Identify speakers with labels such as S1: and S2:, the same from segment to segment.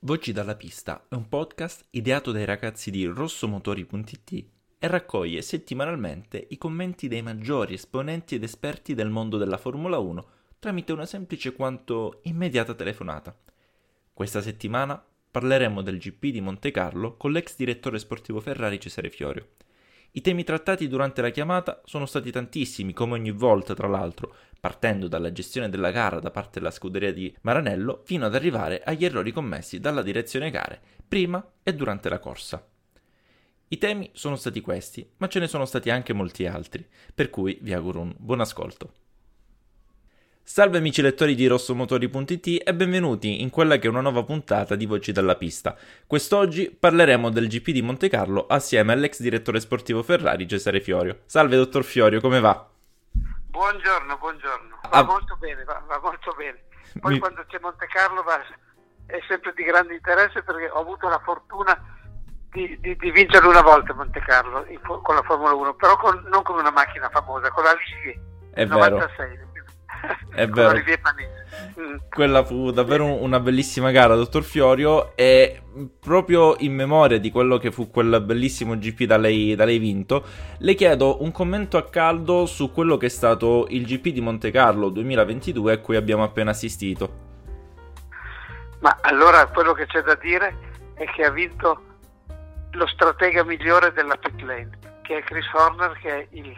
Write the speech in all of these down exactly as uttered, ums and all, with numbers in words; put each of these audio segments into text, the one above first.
S1: Voci dalla pista è un podcast ideato dai ragazzi di rossomotori punto it e raccoglie settimanalmente i commenti dei maggiori esponenti ed esperti del mondo della Formula uno tramite una semplice quanto immediata telefonata. Questa settimana parleremo del G P di Monte Carlo con l'ex direttore sportivo Ferrari Cesare Fiorio. I temi trattati durante la chiamata sono stati tantissimi, come ogni volta tra l'altro, partendo dalla gestione della gara da parte della scuderia di Maranello fino ad arrivare agli errori commessi dalla direzione gare, prima e durante la corsa. I temi sono stati questi, ma ce ne sono stati anche molti altri, per cui vi auguro un buon ascolto. Salve amici lettori di rossomotori punto it e benvenuti in quella che è una nuova puntata di Voci dalla pista. Quest'oggi parleremo del G P di Monte Carlo assieme all'ex direttore sportivo Ferrari Cesare Fiorio. Salve dottor Fiorio, come va?
S2: Buongiorno, buongiorno. Va ah. molto bene, va, va molto bene. Poi Mi... quando c'è Monte Carlo va, è sempre di grande interesse perché ho avuto la fortuna di, di, di vincere una volta Monte Carlo in, con la Formula uno, però con, non con una macchina famosa, con la Ligier.
S1: È
S2: novantasei.
S1: Vero. È vero,
S2: mm.
S1: Quella fu davvero una bellissima gara, dottor Fiorio, e proprio in memoria di quello che fu quel bellissimo G P da lei, da lei vinto, le chiedo un commento a caldo su quello che è stato il G P di Monte Carlo duemilaventidue a cui abbiamo appena assistito.
S2: Ma allora quello che c'è da dire è che ha vinto lo stratega migliore della pit lane, che è Chris Horner, che è il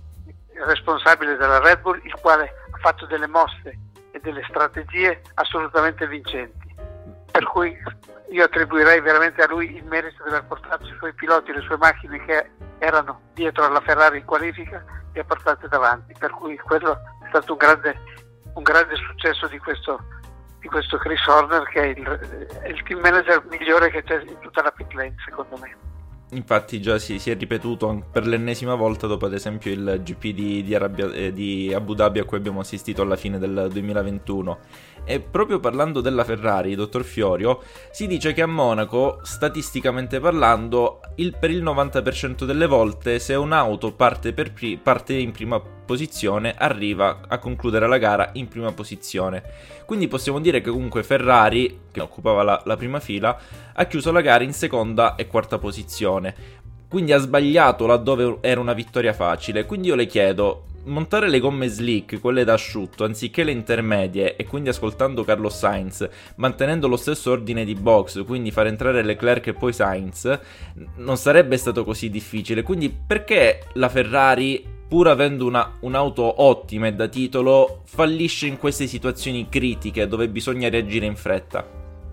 S2: responsabile della Red Bull, il quale ha fatto delle mosse e delle strategie assolutamente vincenti, per cui io attribuirei veramente a lui il merito di aver portato i suoi piloti e le sue macchine che erano dietro alla Ferrari in qualifica e ha portate davanti, per cui quello è stato un grande, un grande successo di questo, di questo Chris Horner, che è il, è il team manager migliore che c'è in tutta la pit lane secondo me.
S1: Infatti già si, si è ripetuto per l'ennesima volta dopo ad esempio il G P di, di, Arabia, eh, di Abu Dhabi a cui abbiamo assistito alla fine del duemilaventuno. E proprio parlando della Ferrari, dottor Fiorio, si dice che a Monaco, statisticamente parlando, il, per il novanta per cento delle volte se un'auto parte, per pri- parte in prima posizione arriva a concludere la gara in prima posizione. Quindi possiamo dire che comunque Ferrari, che occupava la, la prima fila, ha chiuso la gara in seconda e quarta posizione. Quindi ha sbagliato laddove era una vittoria facile. Quindi io le chiedo, montare le gomme slick, quelle da asciutto, anziché le intermedie, e quindi ascoltando Carlos Sainz, mantenendo lo stesso ordine di box, quindi far entrare Leclerc e poi Sainz, non sarebbe stato così difficile. Quindi perché la Ferrari, pur avendo una, un'auto ottima e da titolo, fallisce in queste situazioni critiche dove bisogna reagire in fretta?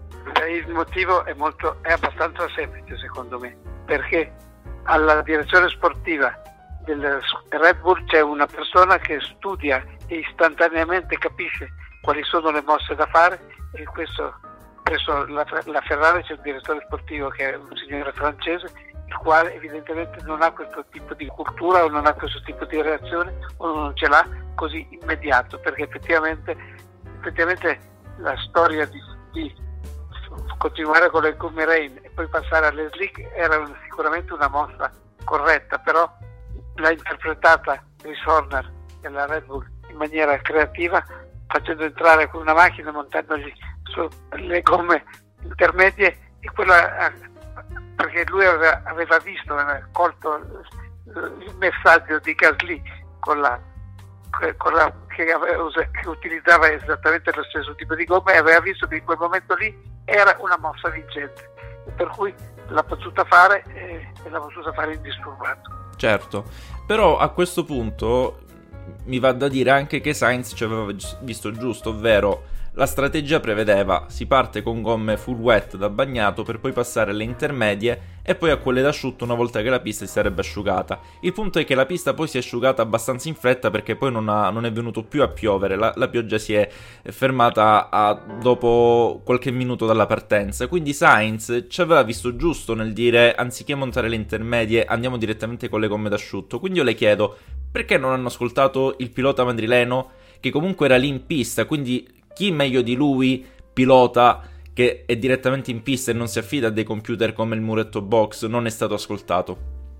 S2: Il motivo è, molto, è abbastanza semplice secondo me, perché alla direzione sportiva del Red Bull c'è una persona che studia e istantaneamente capisce quali sono le mosse da fare, e questo presso la, la Ferrari c'è un direttore sportivo che è un signore francese, il quale evidentemente non ha questo tipo di cultura o non ha questo tipo di reazione o non ce l'ha così immediato, perché effettivamente, effettivamente la storia di, di continuare con le gomme rain e poi passare alle slick era un, sicuramente una mossa corretta, però l'ha interpretata Chris Horner e la Red Bull in maniera creativa, facendo entrare con una macchina, montandogli sulle gomme intermedie, e quella perché lui aveva, aveva visto, aveva colto il messaggio di Gasly con la, con la che, aveva, che utilizzava esattamente lo stesso tipo di gomme, e aveva visto che in quel momento lì era una mossa vincente, e per cui l'ha potuta fare e, e l'ha potuta fare indisturbato.
S1: Certo, però a questo punto mi va da dire anche che Sainz ci aveva visto giusto, ovvero la strategia prevedeva si parte con gomme full wet da bagnato per poi passare alle intermedie e poi a quelle d'asciutto una volta che la pista si sarebbe asciugata. Il punto è che la pista poi si è asciugata abbastanza in fretta perché poi non, ha, non è venuto più a piovere, la, la pioggia si è fermata a, dopo qualche minuto dalla partenza, quindi Sainz ci aveva visto giusto nel dire anziché montare le intermedie andiamo direttamente con le gomme d'asciutto. Quindi io le chiedo, perché non hanno ascoltato il pilota madrileno che comunque era lì in pista, quindi chi meglio di lui pilota che è direttamente in pista e non si affida a dei computer come il muretto box, non è stato ascoltato?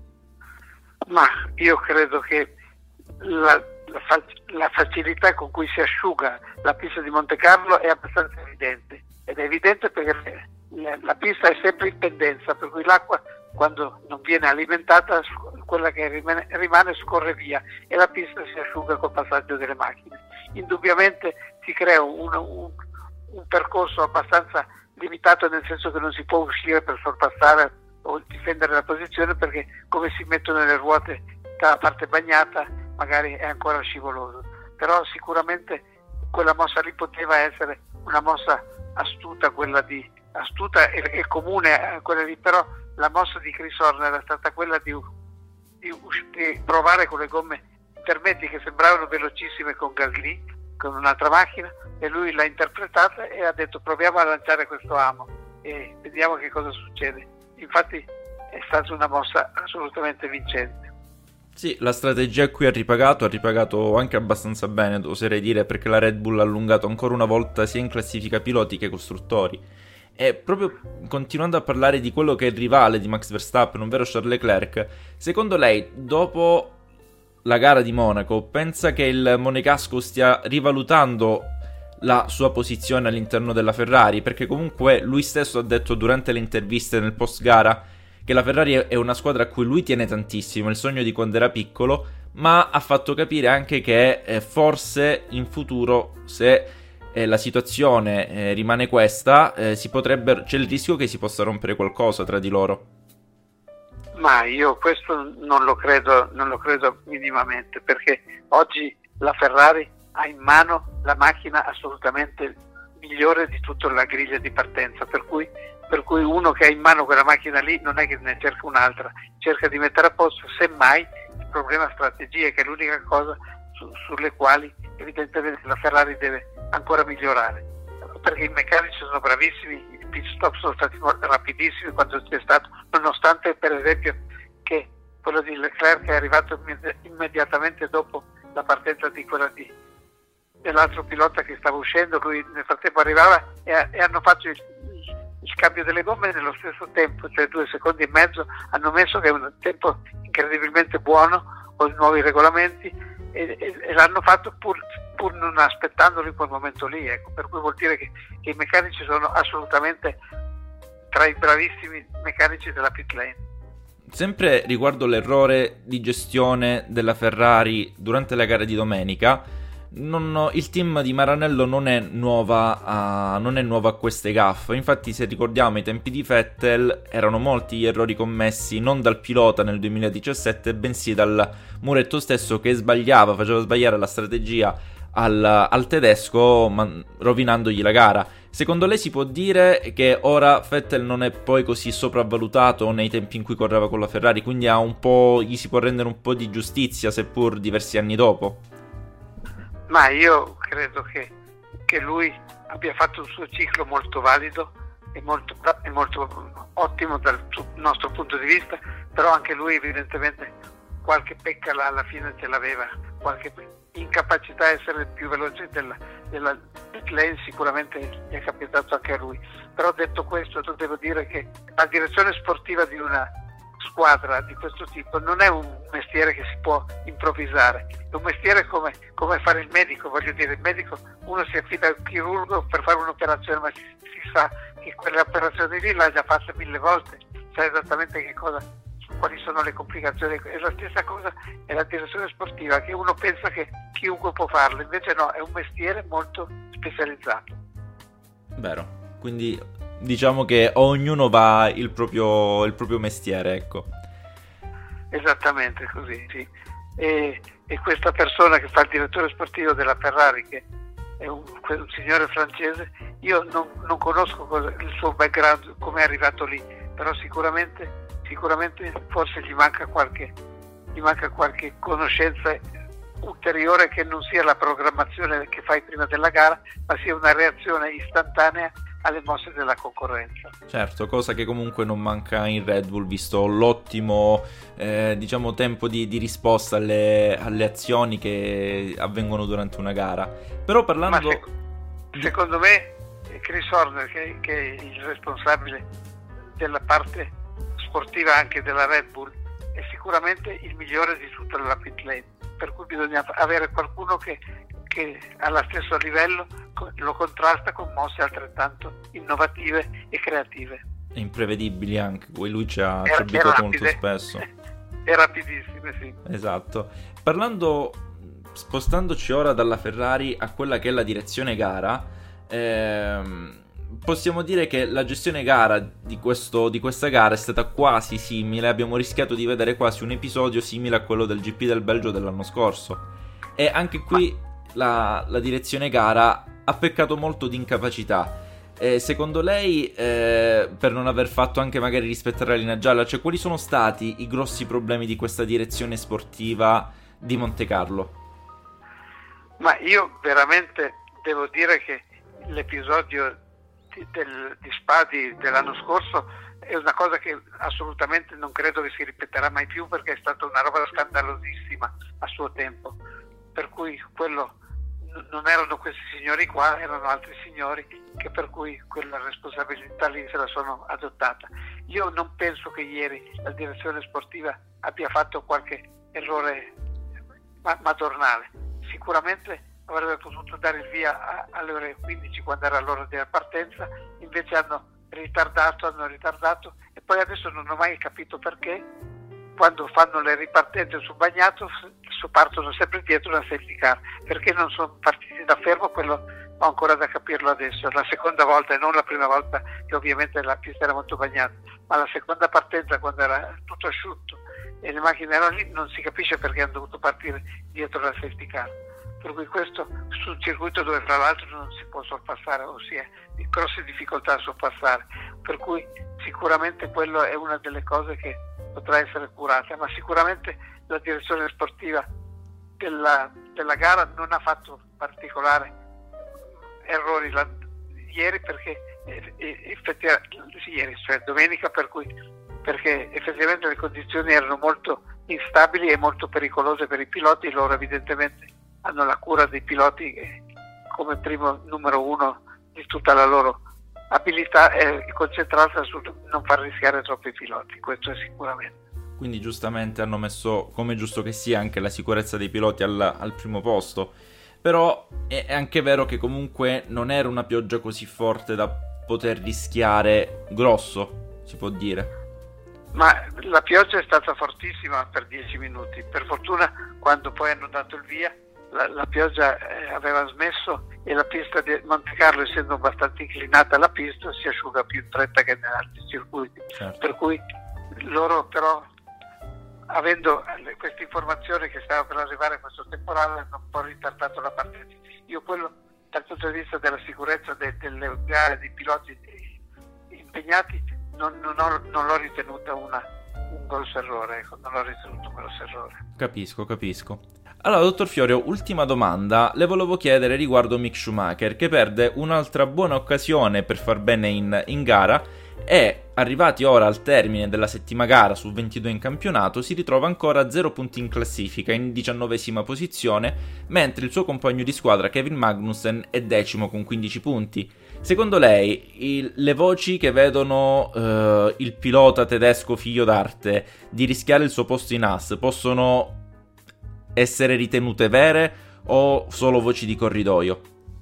S2: Ma io credo che la, la, fa- la facilità con cui si asciuga la pista di Monte Carlo è abbastanza evidente, ed è evidente perché le, la pista è sempre in pendenza, per cui l'acqua, quando non viene alimentata, quella che rimane, rimane scorre via e la pista si asciuga col passaggio delle macchine. Indubbiamente si crea un, un, un percorso abbastanza limitato, nel senso che non si può uscire per sorpassare o difendere la posizione, perché come si mettono le ruote dalla parte bagnata magari è ancora scivoloso. Però sicuramente quella mossa lì poteva essere una mossa astuta, quella di astuta e, e comune, quella lì, però la mossa di Chris Horner è stata quella di, di, di provare con le gomme intermedie che sembravano velocissime con Gasly, con un'altra macchina, e lui l'ha interpretata e ha detto proviamo a lanciare questo amo e vediamo che cosa succede. Infatti è stata una mossa assolutamente vincente.
S1: Sì, la strategia qui ha ripagato, ha ripagato anche abbastanza bene, oserei dire, perché la Red Bull ha allungato ancora una volta sia in classifica piloti che costruttori. E proprio continuando a parlare di quello che è il rivale di Max Verstappen, ovvero Charles Leclerc, secondo lei, dopo la gara di Monaco, pensa che il monegasco stia rivalutando la sua posizione all'interno della Ferrari? Perché comunque lui stesso ha detto durante le interviste nel post gara che la Ferrari è una squadra a cui lui tiene tantissimo, il sogno di quando era piccolo, ma ha fatto capire anche che eh, forse in futuro, se eh, la situazione eh, rimane questa, eh, si potrebbe, c'è il rischio che si possa rompere qualcosa tra di loro.
S2: Ma io questo non lo credo, non lo credo minimamente, perché oggi la Ferrari ha in mano la macchina assolutamente migliore di tutta la griglia di partenza, per cui per cui uno che ha in mano quella macchina lì non è che ne cerca un'altra, cerca di mettere a posto, semmai il problema strategia, che è l'unica cosa su, sulle quali evidentemente la Ferrari deve ancora migliorare, perché i meccanici sono bravissimi, i pit stop sono stati rapidissimi quando c'è stato, nonostante per esempio che quello di Leclerc è arrivato immediatamente dopo la partenza di quella di dell'altro pilota che stava uscendo, lui nel frattempo arrivava e, e hanno fatto il il cambio delle gomme nello stesso tempo, cioè due secondi e mezzo, hanno messo, che è un tempo incredibilmente buono con i nuovi regolamenti, e, e, e l'hanno fatto pur, pur non aspettandolo in quel momento lì, ecco, per cui vuol dire che, che i meccanici sono assolutamente tra i bravissimi meccanici della pit lane.
S1: Sempre riguardo l'errore di gestione della Ferrari durante la gara di domenica, Non, il team di Maranello non è nuova a, non è nuova a queste gaffe. Infatti, se ricordiamo i tempi di Vettel, erano molti gli errori commessi non dal pilota nel duemiladiciassette, bensì dal muretto stesso, che sbagliava, faceva sbagliare la strategia al, al tedesco, man, rovinandogli la gara. Secondo lei si può dire che ora Vettel non è poi così sopravvalutato nei tempi in cui correva con la Ferrari, quindi ha un po', gli si può rendere un po' di giustizia, seppur diversi anni dopo?
S2: Ma io credo che, che lui abbia fatto un suo ciclo molto valido e molto, e molto ottimo dal nostro punto di vista, però anche lui evidentemente qualche pecca alla fine ce l'aveva, qualche incapacità a essere più veloce della, della pit lane sicuramente gli è capitato anche a lui. Però detto questo, devo dire che la direzione sportiva di una squadra di questo tipo non è un mestiere che si può improvvisare, è un mestiere come, come fare il medico, voglio dire, il medico, uno si affida al chirurgo per fare un'operazione, ma si, si sa che quelle operazioni lì l'ha già fatta mille volte, sa esattamente che cosa, quali sono le complicazioni. E la stessa cosa è la direzione sportiva, che uno pensa che chiunque può farlo, invece no, è un mestiere molto specializzato.
S1: Vero, quindi diciamo che ognuno va il proprio, il proprio mestiere, ecco.
S2: Esattamente così, sì. E, e questa persona che fa il direttore sportivo della Ferrari, che è un, un signore francese, io non, non conosco cosa, il suo background, come è arrivato lì, però sicuramente, sicuramente forse gli manca qualche, gli manca qualche conoscenza ulteriore, che non sia la programmazione che fai prima della gara, ma sia una reazione istantanea alle mosse della concorrenza.
S1: Certo, cosa che comunque non manca in Red Bull, visto l'ottimo eh, diciamo tempo di, di risposta alle, alle azioni che avvengono durante una gara. Però parlando...
S2: Ma sec- secondo me Chris Horner, che, che è il responsabile della parte sportiva anche della Red Bull, è sicuramente il migliore di tutta la pit lane, per cui bisogna avere qualcuno che, che allo stesso livello lo contrasta con mosse altrettanto innovative e creative.
S1: imprevedibili anche, poi lui ci ha, ci ha
S2: Era-
S1: abituato
S2: era
S1: molto
S2: rapide.
S1: spesso.
S2: È rapidissime, sì.
S1: Esatto. Parlando, spostandoci ora dalla Ferrari a quella che è la direzione gara, ehm, possiamo dire che la gestione gara di, questo, di questa gara è stata quasi simile. Abbiamo rischiato di vedere quasi un episodio simile a quello del G P del Belgio dell'anno scorso. E anche qui la, la direzione gara ha peccato molto di incapacità. Eh, secondo lei, eh, per non aver fatto anche magari rispettare la linea gialla, cioè quali sono stati i grossi problemi di questa direzione sportiva di Montecarlo?
S2: Ma io veramente devo dire che l'episodio di, del, di Spa di, dell'anno scorso è una cosa che assolutamente non credo che si ripeterà mai più, perché è stata una roba scandalosissima a suo tempo, per cui quello non erano questi signori qua, erano altri signori che per cui quella responsabilità lì se la sono adottata. Io non penso che ieri la direzione sportiva abbia fatto qualche errore ma- madornale. Sicuramente avrebbe potuto dare il via a- alle ore quindici quando era l'ora della partenza, invece hanno ritardato, hanno ritardato e poi adesso non ho mai capito perché quando fanno le ripartenze sul bagnato partono sempre dietro una safety car, perché non sono partiti da fermo, quello ho ancora da capirlo adesso. La seconda volta, e non la prima volta che ovviamente la pista era molto bagnata, ma la seconda partenza quando era tutto asciutto e le macchine erano lì, non si capisce perché hanno dovuto partire dietro la safety car. Per cui questo su un circuito dove fra l'altro non si può sorpassare, o si è di grosse difficoltà a sorpassare, per cui sicuramente quello è una delle cose che potrà essere curata, ma sicuramente la direzione sportiva della, della gara non ha fatto particolari errori la, ieri, perché eh, effettivamente sì, ieri, cioè domenica, per cui perché effettivamente le condizioni erano molto instabili e molto pericolose per i piloti. Loro evidentemente hanno la cura dei piloti che, come primo numero uno di tutta la loro abilità, è concentrata su non far rischiare troppo i piloti, questo è sicuramente.
S1: Quindi giustamente hanno messo, come giusto che sia, anche la sicurezza dei piloti al, al primo posto. Però è anche vero che comunque non era una pioggia così forte da poter rischiare grosso, si può dire.
S2: Ma la pioggia è stata fortissima per dieci minuti. Per fortuna, quando poi hanno dato il via, la, la pioggia eh, aveva smesso e la pista di Montecarlo, essendo abbastanza inclinata alla pista, si asciuga più in fretta che in altri circuiti. Certo. Per cui loro però, avendo questa informazione che stava per arrivare questo temporale, hanno un po' ritardato la partenza. Io quello, dal punto di vista della sicurezza de, delle gare dei piloti impegnati, non, non, ho, non l'ho ritenuta una, un grosso errore, ecco, non l'ho ritenuto un grosso errore.
S1: Capisco, capisco. Allora, dottor Fiorio, ultima domanda. Le volevo chiedere riguardo Mick Schumacher, che perde un'altra buona occasione per far bene in, in gara e, arrivati ora al termine della settima gara su ventidue in campionato, si ritrova ancora a zero punti in classifica, in diciannovesima posizione, mentre il suo compagno di squadra Kevin Magnussen è decimo con quindici punti. Secondo lei, il, le voci che vedono uh, il pilota tedesco figlio d'arte di rischiare il suo posto in Haas possono essere ritenute vere o solo voci di corridoio?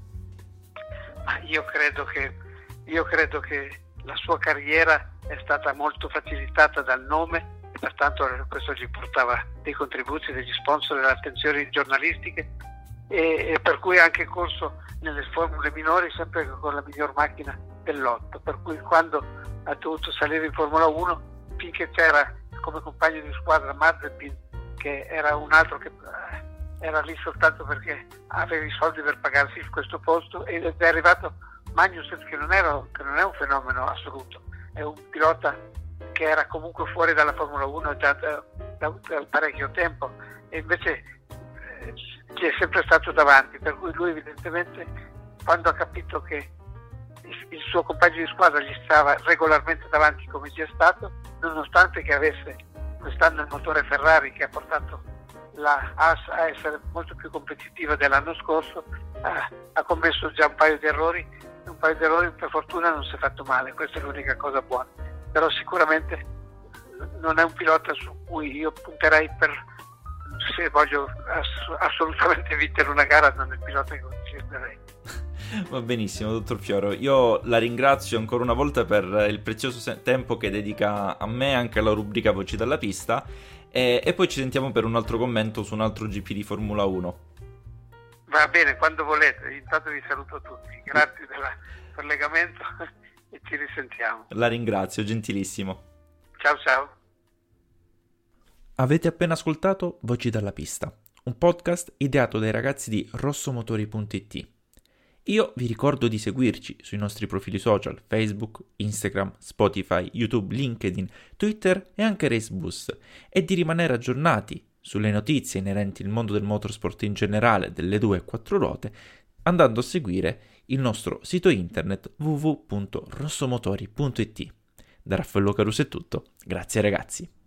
S2: Ma io credo che io credo che la sua carriera è stata molto facilitata dal nome e pertanto questo gli portava dei contributi, degli sponsor, delle attenzioni giornalistiche e, e per cui ha anche corso nelle formule minori sempre con la miglior macchina del lotto, per cui quando ha dovuto salire in Formula uno, finché c'era come compagno di squadra Mazepin, che era un altro che era lì soltanto perché aveva i soldi per pagarsi questo posto, ed è arrivato Magnussen, che non, era, che non è un fenomeno assoluto, è un pilota che era comunque fuori dalla Formula uno già da, da, da parecchio tempo e invece eh, ci è sempre stato davanti, per cui lui evidentemente, quando ha capito che il, il suo compagno di squadra gli stava regolarmente davanti come ci è stato, nonostante che avesse quest'anno il motore Ferrari che ha portato la Haas a essere molto più competitiva dell'anno scorso, ha, ha commesso già un paio di errori, un paio di errori per fortuna non si è fatto male, questa è l'unica cosa buona, però sicuramente non è un pilota su cui io punterei per, se voglio ass- assolutamente vincere una gara, non è il pilota che consiglierei.
S1: Va benissimo, dottor Fioro. Io la ringrazio ancora una volta per il prezioso se- tempo che dedica a me, anche alla rubrica Voci dalla pista, e, e poi ci sentiamo per un altro commento su un altro G P di Formula uno.
S2: Va bene, quando volete. Intanto vi saluto tutti. Grazie del collegamento e ci risentiamo.
S1: La ringrazio, gentilissimo.
S2: Ciao ciao.
S1: Avete appena ascoltato Voci dalla pista, un podcast ideato dai ragazzi di rossomotori punto it. Io vi ricordo di seguirci sui nostri profili social Facebook, Instagram, Spotify, YouTube, LinkedIn, Twitter e anche Racebus e di rimanere aggiornati sulle notizie inerenti al mondo del motorsport in generale, delle due e quattro ruote, andando a seguire il nostro sito internet w w w punto rossomotori punto it. Da Raffaello Caruso è tutto, grazie ragazzi.